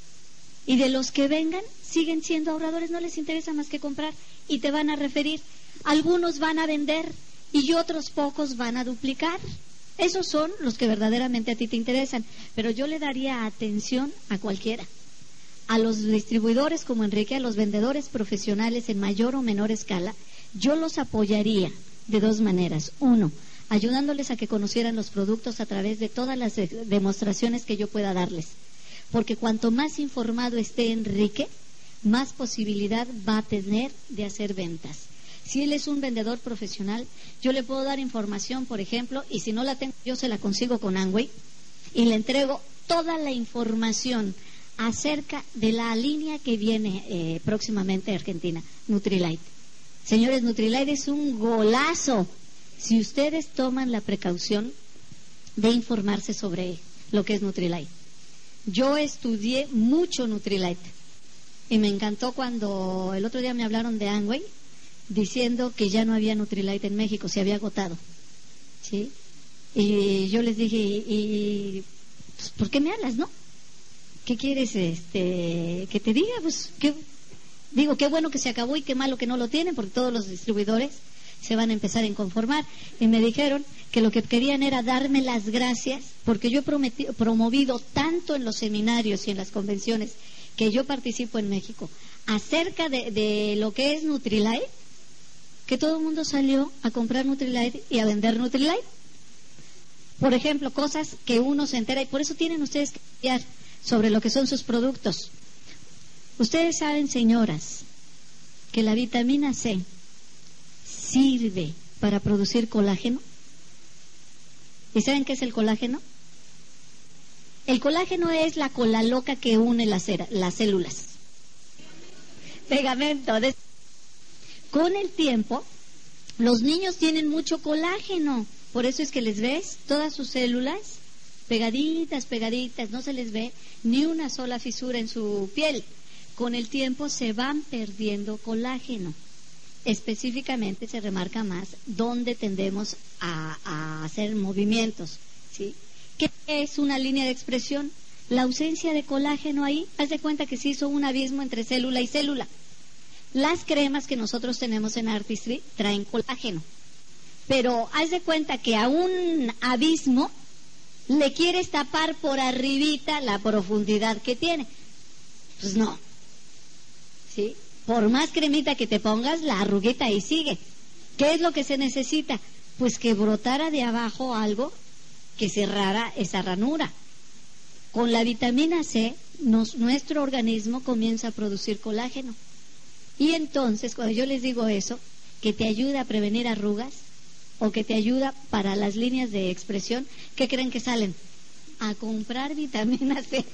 Y de los que vengan, siguen siendo ahorradores, no les interesa más que comprar y te van a referir. Algunos van a vender y otros pocos van a duplicar. Esos son los que verdaderamente a ti te interesan. Pero yo le daría atención a cualquiera. A los distribuidores como Enrique, a los vendedores profesionales en mayor o menor escala, yo los apoyaría de dos maneras. Uno, ayudándoles a que conocieran los productos a través de todas las demostraciones que yo pueda darles. Porque cuanto más informado esté Enrique, más posibilidad va a tener de hacer ventas. Si él es un vendedor profesional, yo le puedo dar información, por ejemplo, y si no la tengo, yo se la consigo con Amway, y le entrego toda la información acerca de la línea que viene próximamente a Argentina, Nutrilite. Señores, Nutrilite es un golazo si ustedes toman la precaución de informarse sobre lo que es Nutrilite. Yo estudié mucho Nutrilite y me encantó cuando el otro día me hablaron de Amway diciendo que ya no había Nutrilite en México, se había agotado, ¿sí? Y yo les dije, pues, ¿por qué me hablas, no? ¿Qué quieres que te diga? Pues, qué bueno que se acabó y qué malo que no lo tienen, porque todos los distribuidores se van a empezar a inconformar. Y me dijeron que lo que querían era darme las gracias, porque yo he promovido tanto en los seminarios y en las convenciones que yo participo en México acerca de lo que es Nutrilite, que todo el mundo salió a comprar Nutrilite y a vender Nutrilite. Por ejemplo, cosas que uno se entera, y por eso tienen ustedes que estudiar sobre lo que son sus productos. Ustedes saben, señoras, que la vitamina C sirve para producir colágeno. ¿Y saben qué es el colágeno? El colágeno es la cola loca que une las células. Pegamento. Con el tiempo, los niños tienen mucho colágeno. Por eso es que les ves todas sus células pegaditas, no se les ve ni una sola fisura en su piel. Con el tiempo se van perdiendo colágeno. Específicamente se remarca más donde tendemos a hacer movimientos, ¿sí? ¿Qué es una línea de expresión? La ausencia de colágeno ahí. Haz de cuenta que se hizo un abismo entre célula y célula. Las cremas que nosotros tenemos en Artistry traen colágeno, pero haz de cuenta que a un abismo le quieres tapar por arribita la profundidad que tiene. Pues no, ¿sí? Por más cremita que te pongas, la arruguita ahí sigue. ¿Qué es lo que se necesita? Pues que brotara de abajo algo que cerrara esa ranura. Con la vitamina C, nuestro organismo comienza a producir colágeno. Y entonces, cuando yo les digo eso, que te ayuda a prevenir arrugas o que te ayuda para las líneas de expresión, ¿qué creen que salen? A comprar vitamina C.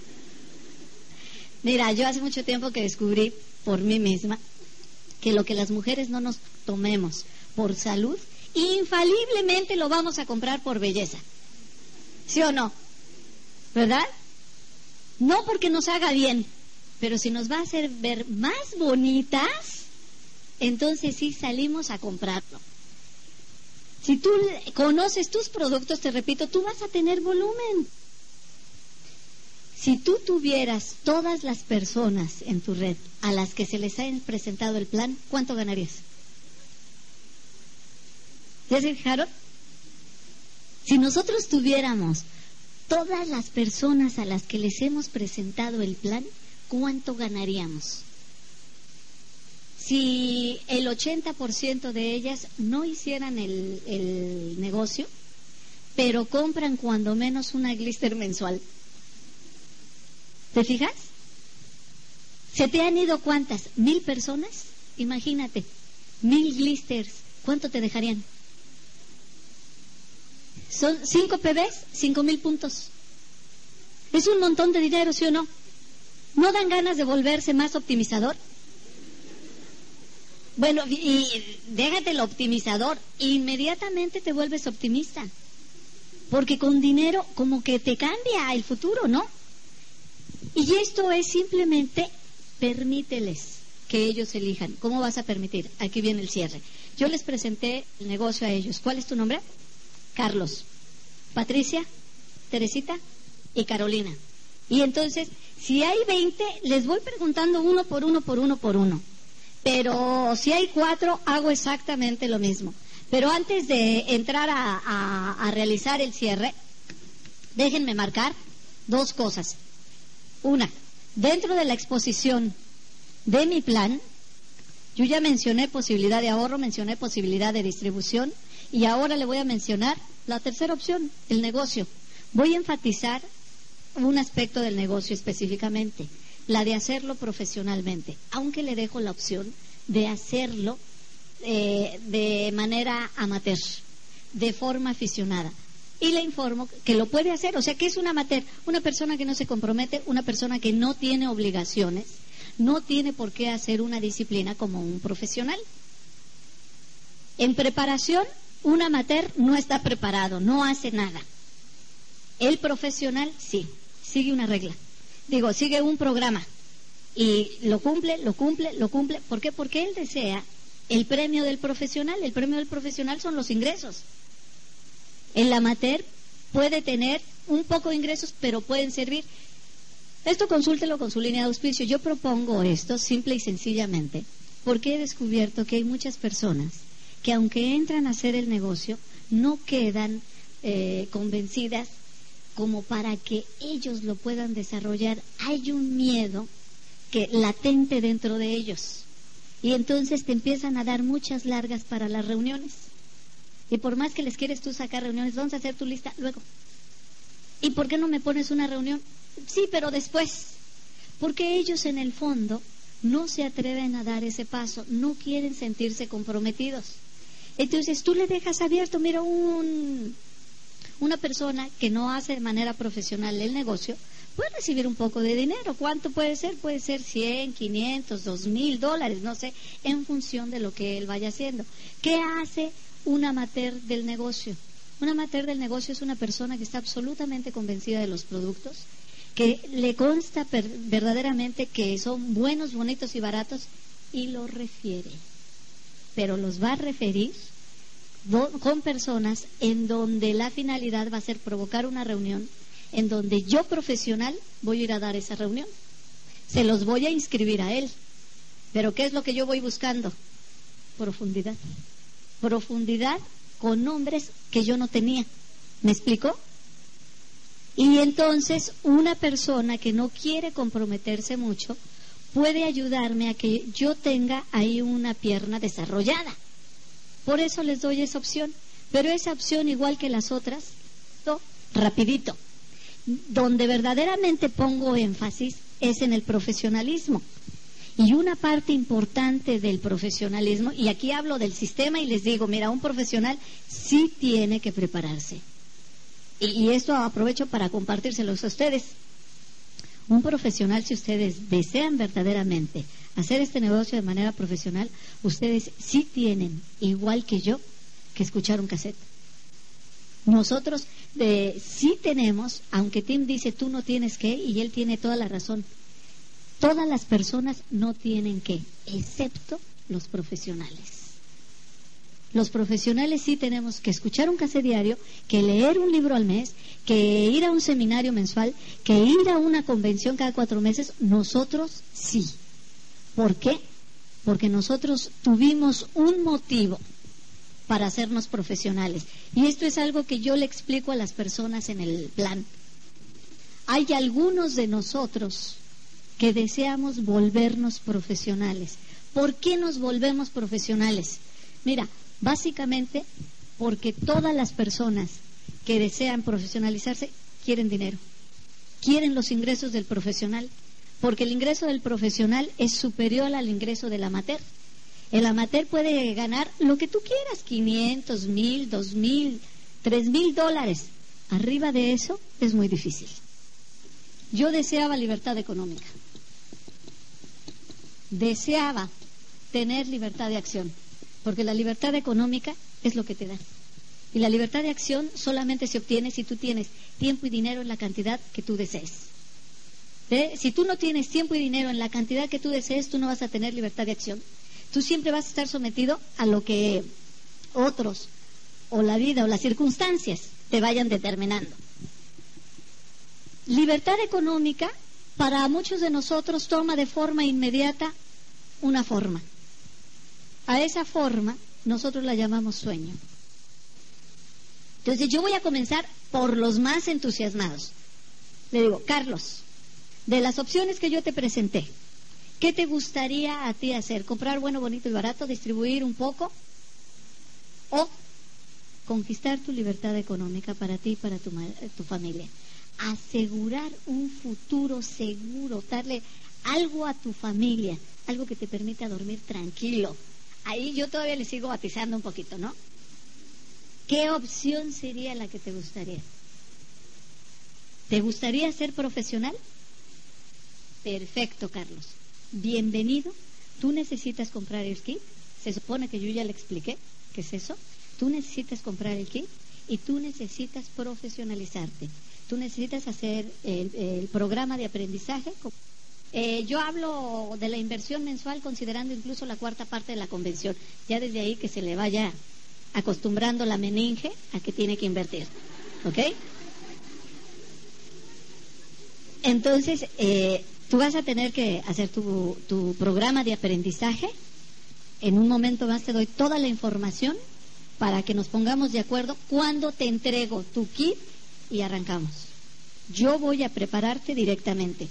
Mira, yo hace mucho tiempo que descubrí por mí misma que lo que las mujeres no nos tomemos por salud, infaliblemente lo vamos a comprar por belleza. ¿Sí o no? ¿verdad? No porque nos haga bien, pero si nos va a hacer ver más bonitas, entonces sí salimos a comprarlo. Si tú conoces tus productos, te repito, tú vas a tener volumen. Si tú tuvieras todas las personas en tu red a las que se les ha presentado el plan, ¿cuánto ganarías? ¿Ya se fijaron? Si nosotros tuviéramos todas las personas a las que les hemos presentado el plan, ¿cuánto ganaríamos? Si el 80% de ellas no hicieran el negocio, pero compran cuando menos una glister mensual. ¿Te fijas? ¿Se te han ido cuántas? 1,000 personas. Imagínate, 1,000 glisters. ¿Cuánto te dejarían? Son 5 PBs, 5,000 puntos. Es un montón de dinero, ¿sí o no? ¿No dan ganas de volverse más optimizador? Bueno, y déjate el optimizador, inmediatamente te vuelves optimista. Porque con dinero como que te cambia el futuro, ¿no? Y esto es simplemente, permíteles que ellos elijan. ¿Cómo vas a permitir? Aquí viene el cierre. Yo les presenté el negocio a ellos. ¿Cuál es tu nombre? Carlos, Patricia, Teresita y Carolina. Y entonces, si hay 20, les voy preguntando uno por uno. Pero si hay 4, hago exactamente lo mismo. Pero antes de entrar a realizar el cierre, déjenme marcar 2 cosas. Una, dentro de la exposición de mi plan, yo ya mencioné posibilidad de ahorro, mencioné posibilidad de distribución y ahora le voy a mencionar la tercera opción, el negocio. Voy a enfatizar un aspecto del negocio específicamente, la de hacerlo profesionalmente, aunque le dejo la opción de hacerlo de manera amateur, de forma aficionada. Y le informo que lo puede hacer, o sea, que es un amateur, una persona que no se compromete, una persona que no tiene obligaciones, no tiene por qué hacer una disciplina como un profesional. En preparación, un amateur no está preparado, no hace nada. El profesional sí, sigue una regla. Digo, sigue un programa y lo cumple. ¿Por qué? Porque él desea el premio del profesional. El premio del profesional son los ingresos. El amateur puede tener un poco de ingresos, pero pueden servir. Esto consúltelo con su línea de auspicio. Yo propongo esto simple y sencillamente porque he descubierto que hay muchas personas que aunque entran a hacer el negocio, no quedan convencidas como para que ellos lo puedan desarrollar. Hay un miedo que latente dentro de ellos y entonces te empiezan a dar muchas largas para las reuniones. Y por más que les quieres tú sacar reuniones, vamos a hacer tu lista luego. ¿Y por qué no me pones una reunión? Sí, pero después. Porque ellos en el fondo no se atreven a dar ese paso, no quieren sentirse comprometidos. Entonces tú le dejas abierto, mira, una persona que no hace de manera profesional el negocio, puede recibir un poco de dinero. ¿Cuánto puede ser? Puede ser 100, 500, $2,000, no sé, en función de lo que él vaya haciendo. ¿Qué hace un amateur del negocio? Un amateur del negocio es una persona que está absolutamente convencida de los productos, que le consta verdaderamente que son buenos, bonitos y baratos y los refiere. Pero los va a referir con personas en donde la finalidad va a ser provocar una reunión en donde yo profesional voy a ir a dar esa reunión. Se los voy a inscribir a él. Pero ¿qué es lo que yo voy buscando? Profundidad. Profundidad con nombres que yo no tenía. ¿Me explicó? Y entonces una persona que no quiere comprometerse mucho puede ayudarme a que yo tenga ahí una pierna desarrollada. Por eso les doy esa opción. Pero esa opción, igual que las otras, rapidito. Donde verdaderamente pongo énfasis es en el profesionalismo. Y una parte importante del profesionalismo, y aquí hablo del sistema y les digo, mira, un profesional sí tiene que prepararse. Y esto aprovecho para compartírselos a ustedes. Un profesional, si ustedes desean verdaderamente hacer este negocio de manera profesional, ustedes sí tienen, igual que yo, que escuchar un cassette. Nosotros sí tenemos, aunque Tim dice tú no tienes que, y él tiene toda la razón, todas las personas no tienen que, excepto los profesionales. Los profesionales sí tenemos que escuchar un cassette diario, que leer un libro al mes, que ir a un seminario mensual, que ir a una convención cada 4 meses. Nosotros sí. ¿Por qué? Porque nosotros tuvimos un motivo para hacernos profesionales. Y esto es algo que yo le explico a las personas en el plan. Hay algunos de nosotros que deseamos volvernos profesionales. ¿Por qué nos volvemos profesionales? Mira, básicamente porque todas las personas que desean profesionalizarse quieren dinero, quieren los ingresos del profesional, porque el ingreso del profesional es superior al ingreso del amateur. El amateur puede ganar lo que tú quieras, 500, 1000, 2000, 3000 dólares. Arriba de eso es muy difícil. Yo deseaba libertad económica, deseaba tener libertad de acción, porque la libertad económica es lo que te da. Y la libertad de acción solamente se obtiene si tú tienes tiempo y dinero en la cantidad que tú desees. Si tú no tienes tiempo y dinero en la cantidad que tú desees, tú no vas a tener libertad de acción. Tú siempre vas a estar sometido a lo que otros, o la vida, o las circunstancias te vayan determinando. Libertad económica, para muchos de nosotros, toma de forma inmediata una forma. A esa forma nosotros la llamamos sueño. Entonces yo voy a comenzar por los más entusiasmados. Le digo, Carlos, de las opciones que yo te presenté, ¿qué te gustaría a ti hacer? ¿Comprar bueno, bonito y barato, distribuir un poco? ¿O conquistar tu libertad económica para ti y para tu familia? Asegurar un futuro seguro, darle algo a tu familia, algo que te permita dormir tranquilo. Ahí yo todavía le sigo batizando un poquito, ¿no? ¿Qué opción sería la que te gustaría? ¿Te gustaría ser profesional? Perfecto, Carlos. Bienvenido. Tú necesitas comprar el kit. Se supone que yo ya le expliqué qué es eso. Tú necesitas comprar el kit y tú necesitas profesionalizarte. Tú necesitas hacer el programa de aprendizaje. Yo hablo de la inversión mensual considerando incluso la 4ª parte de la convención. Ya desde ahí que se le vaya acostumbrando la meninge a que tiene que invertir. ¿Ok? Entonces, tú vas a tener que hacer tu programa de aprendizaje. En un momento más te doy toda la información para que nos pongamos de acuerdo cuando te entrego tu kit y arrancamos. Yo voy a prepararte directamente.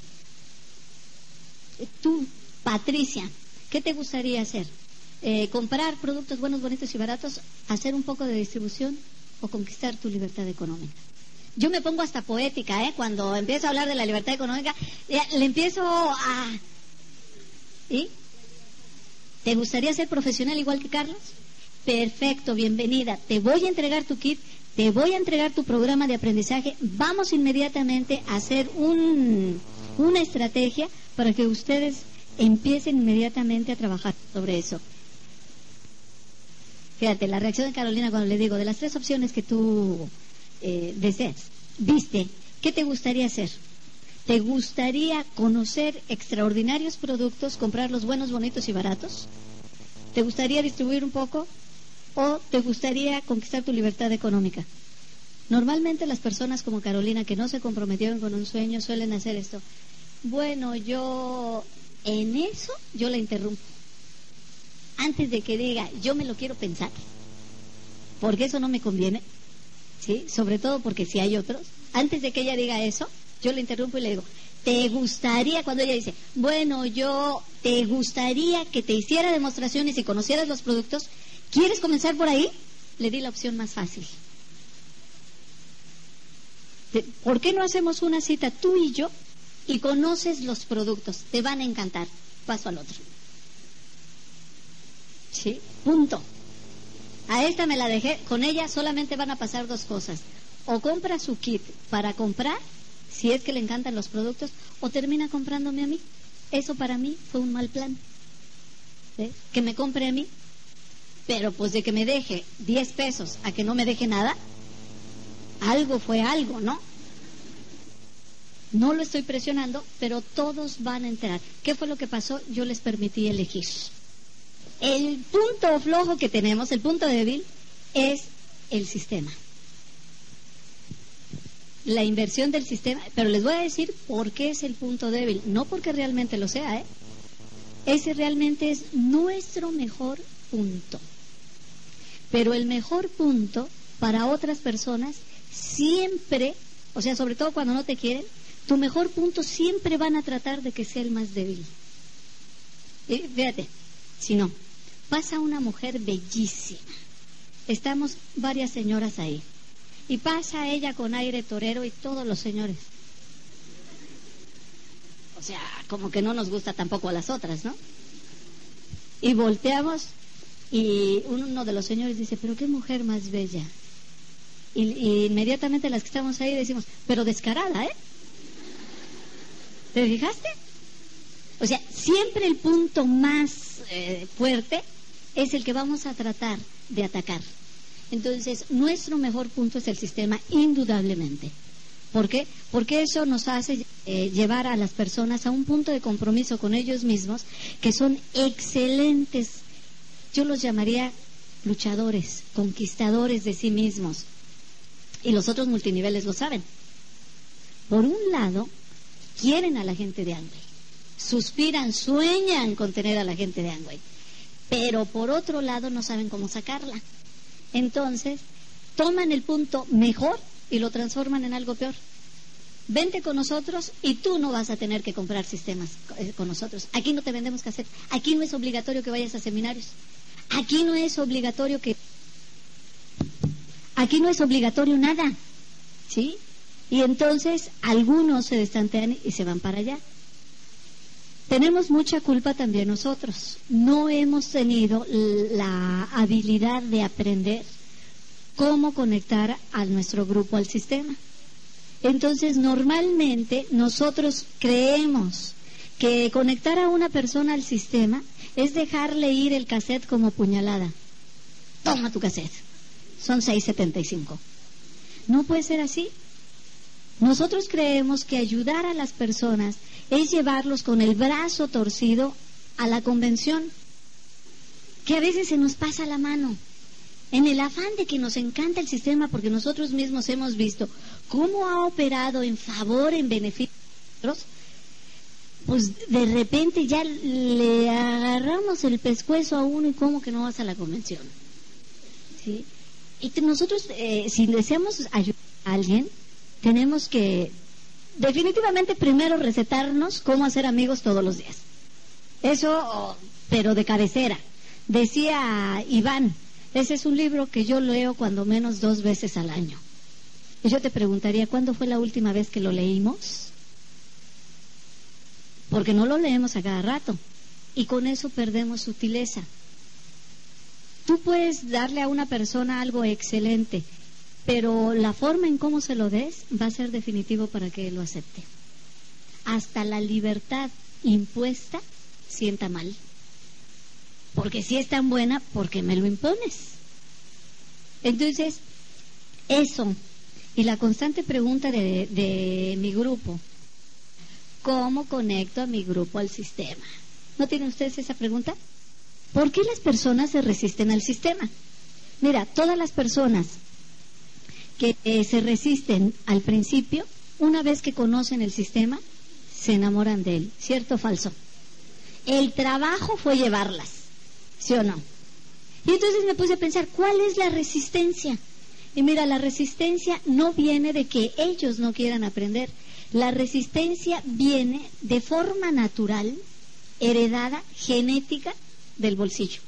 Tú, Patricia, ¿qué te gustaría hacer? ¿Comprar productos buenos, bonitos y baratos, hacer un poco de distribución o conquistar tu libertad económica? Yo me pongo hasta poética, cuando empiezo a hablar de la libertad económica, le empiezo a... ¿Y? ¿Te gustaría ser profesional igual que Carlos? Perfecto, bienvenida. Te voy a entregar tu kit, te voy a entregar tu programa de aprendizaje. Vamos inmediatamente a hacer una estrategia para que ustedes empiecen inmediatamente a trabajar sobre eso. Fíjate, la reacción de Carolina cuando le digo, de las 3 opciones que tú deseas, ¿viste? ¿Qué te gustaría hacer? ¿Te gustaría conocer extraordinarios productos, comprarlos buenos, bonitos y baratos? ¿Te gustaría distribuir un poco? ¿O te gustaría conquistar tu libertad económica? Normalmente las personas como Carolina que no se comprometieron con un sueño suelen hacer esto. Bueno, en eso yo la interrumpo. Antes de que diga, yo me lo quiero pensar, porque eso no me conviene, ¿sí? Sobre todo porque si hay otros. Antes de que ella diga eso, yo la interrumpo y le digo, ¿te gustaría? Cuando ella dice, bueno, ¿te gustaría que te hiciera demostraciones y conocieras los productos? ¿Quieres comenzar por ahí? Le di la opción más fácil. ¿Por qué no hacemos una cita tú y yo y conoces los productos? Te van a encantar. Paso al otro. ¿Sí? Punto. A esta me la dejé. Con ella solamente van a pasar 2 cosas. O compra su kit para comprar, si es que le encantan los productos, o termina comprándome a mí. Eso para mí fue un mal plan. ¿Sí? Que me compre a mí. Pero pues de que me deje 10 pesos a que no me deje nada, algo fue algo, ¿no? No lo estoy presionando, pero todos van a enterar. ¿Qué fue lo que pasó? Yo les permití elegir. El punto flojo que tenemos, el punto débil, es el sistema. La inversión del sistema, pero les voy a decir por qué es el punto débil, no porque realmente lo sea, ese realmente es nuestro mejor punto. Pero el mejor punto para otras personas siempre, o sea, sobre todo cuando no te quieren, tu mejor punto siempre van a tratar de que sea el más débil. Fíjate, si no, pasa una mujer bellísima, estamos varias señoras ahí, y pasa ella con aire torero y todos los señores. O sea, como que no nos gusta tampoco a las otras, ¿no? Y volteamos y uno de los señores dice, pero qué mujer más bella. Y inmediatamente las que estamos ahí decimos, pero descarada, ¿eh? ¿Te fijaste? O sea, siempre el punto más fuerte es el que vamos a tratar de atacar. Entonces, nuestro mejor punto es el sistema, indudablemente. ¿Por qué? Porque eso nos hace llevar a las personas a un punto de compromiso con ellos mismos que son excelentes. Yo los llamaría luchadores, conquistadores de sí mismos. Y los otros multiniveles lo saben. Por un lado, quieren a la gente de Amway, suspiran, sueñan con tener a la gente de Amway, pero por otro lado no saben cómo sacarla. Entonces, toman el punto mejor y lo transforman en algo peor. Vente con nosotros y tú no vas a tener que comprar sistemas con nosotros. Aquí no te vendemos cassette. Aquí no es obligatorio que vayas a seminarios. Aquí no es obligatorio Aquí no es obligatorio nada. ¿Sí? Y entonces algunos se destantean y se van para allá. Tenemos mucha culpa también nosotros. No hemos tenido la habilidad de aprender cómo conectar a nuestro grupo al sistema. Entonces, normalmente nosotros creemos que conectar a una persona al sistema es dejarle ir el cassette como puñalada. Toma tu cassette. Son $6.75. No puede ser así. Nosotros creemos que ayudar a las personas es llevarlos con el brazo torcido a la convención, que a veces se nos pasa la mano. En el afán de que nos encanta el sistema, porque nosotros mismos hemos visto cómo ha operado en favor, en beneficio de nosotros, pues de repente ya le agarramos el pescuezo a uno y cómo que no vas a la convención. ¿Sí? Y nosotros, si deseamos ayudar a alguien, tenemos que definitivamente primero recetarnos cómo hacer amigos todos los días. Eso, pero de cabecera. Decía Iván, ese es un libro que yo leo cuando menos 2 veces al año. Y yo te preguntaría, ¿cuándo fue la última vez que lo leímos? Porque no lo leemos a cada rato. Y con eso perdemos sutileza. Tú puedes darle a una persona algo excelente, pero la forma en cómo se lo des va a ser definitivo para que él lo acepte. Hasta la libertad impuesta sienta mal. Porque si es tan buena, ¿por qué me lo impones? Entonces, eso, y la constante pregunta de mi grupo, ¿cómo conecto a mi grupo al sistema? ¿No tienen ustedes esa pregunta? ¿Por qué las personas se resisten al sistema? Mira, todas las personas que se resisten al principio, una vez que conocen el sistema, se enamoran de él. ¿Cierto o falso? El trabajo fue llevarlas, ¿sí o no? Y entonces me puse a pensar, ¿cuál es la resistencia? Y mira, la resistencia no viene de que ellos no quieran aprender. La resistencia viene de forma natural, heredada, genética, del bolsillo.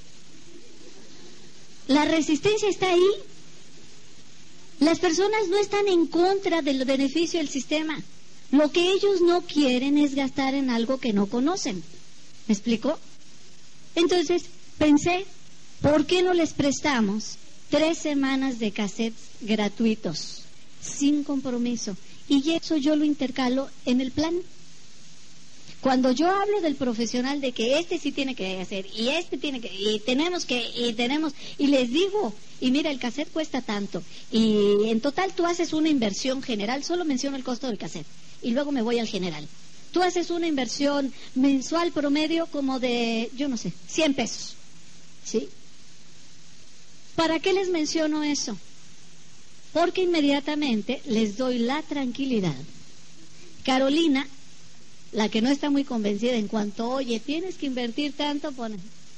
La resistencia está ahí. Las personas no están en contra del beneficio del sistema. Lo que ellos no quieren es gastar en algo que no conocen. ¿Me explico? Entonces pensé, ¿por qué no les prestamos 3 semanas de cassettes gratuitos, sin compromiso? Y eso yo lo intercalo en el plan. Cuando yo hablo del profesional de que este sí tiene que hacer, y este tiene que, y tenemos, y les digo, y mira, el cassette cuesta tanto, y en total tú haces una inversión general, solo menciono el costo del cassette, y luego me voy al general. Tú haces una inversión mensual promedio como de, yo no sé, 100 pesos, ¿sí? ¿Para qué les menciono eso? Porque inmediatamente les doy la tranquilidad. Carolina, la que no está muy convencida en cuanto, oye, tienes que invertir tanto, pone.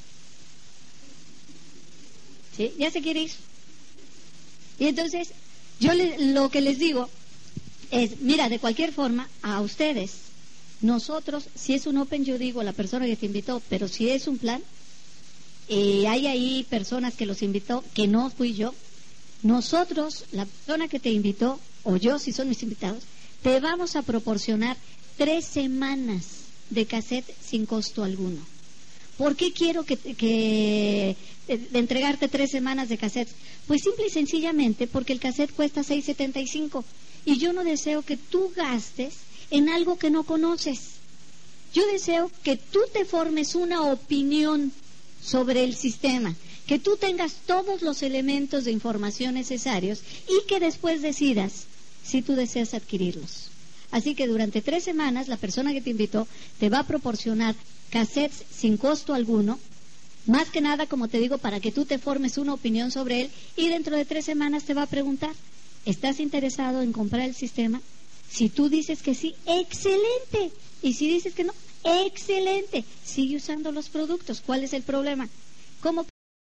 ¿Sí? Ya se quiere ir. Y entonces, lo que les digo es, mira, de cualquier forma, a ustedes, nosotros, si es un open, yo digo, la persona que te invitó, pero si es un plan, hay ahí personas que los invitó, que no fui yo, nosotros, la persona que te invitó, o yo, si son mis invitados, te vamos a proporcionar 3 semanas de cassette sin costo alguno. ¿Por qué quiero de entregarte 3 semanas de cassette? Pues simple y sencillamente porque el cassette cuesta $6.75 y yo no deseo que tú gastes en algo que no conoces. Yo deseo que tú te formes una opinión sobre el sistema, que tú tengas todos los elementos de información necesarios y que después decidas si tú deseas adquirirlos. Así que durante 3 semanas la persona que te invitó te va a proporcionar cassettes sin costo alguno, más que nada, como te digo, para que tú te formes una opinión sobre él, y dentro de 3 semanas te va a preguntar, ¿estás interesado en comprar el sistema? Si tú dices que sí, ¡excelente! Y si dices que no, ¡excelente! Sigue usando los productos. ¿Cuál es el problema? ¿Cómo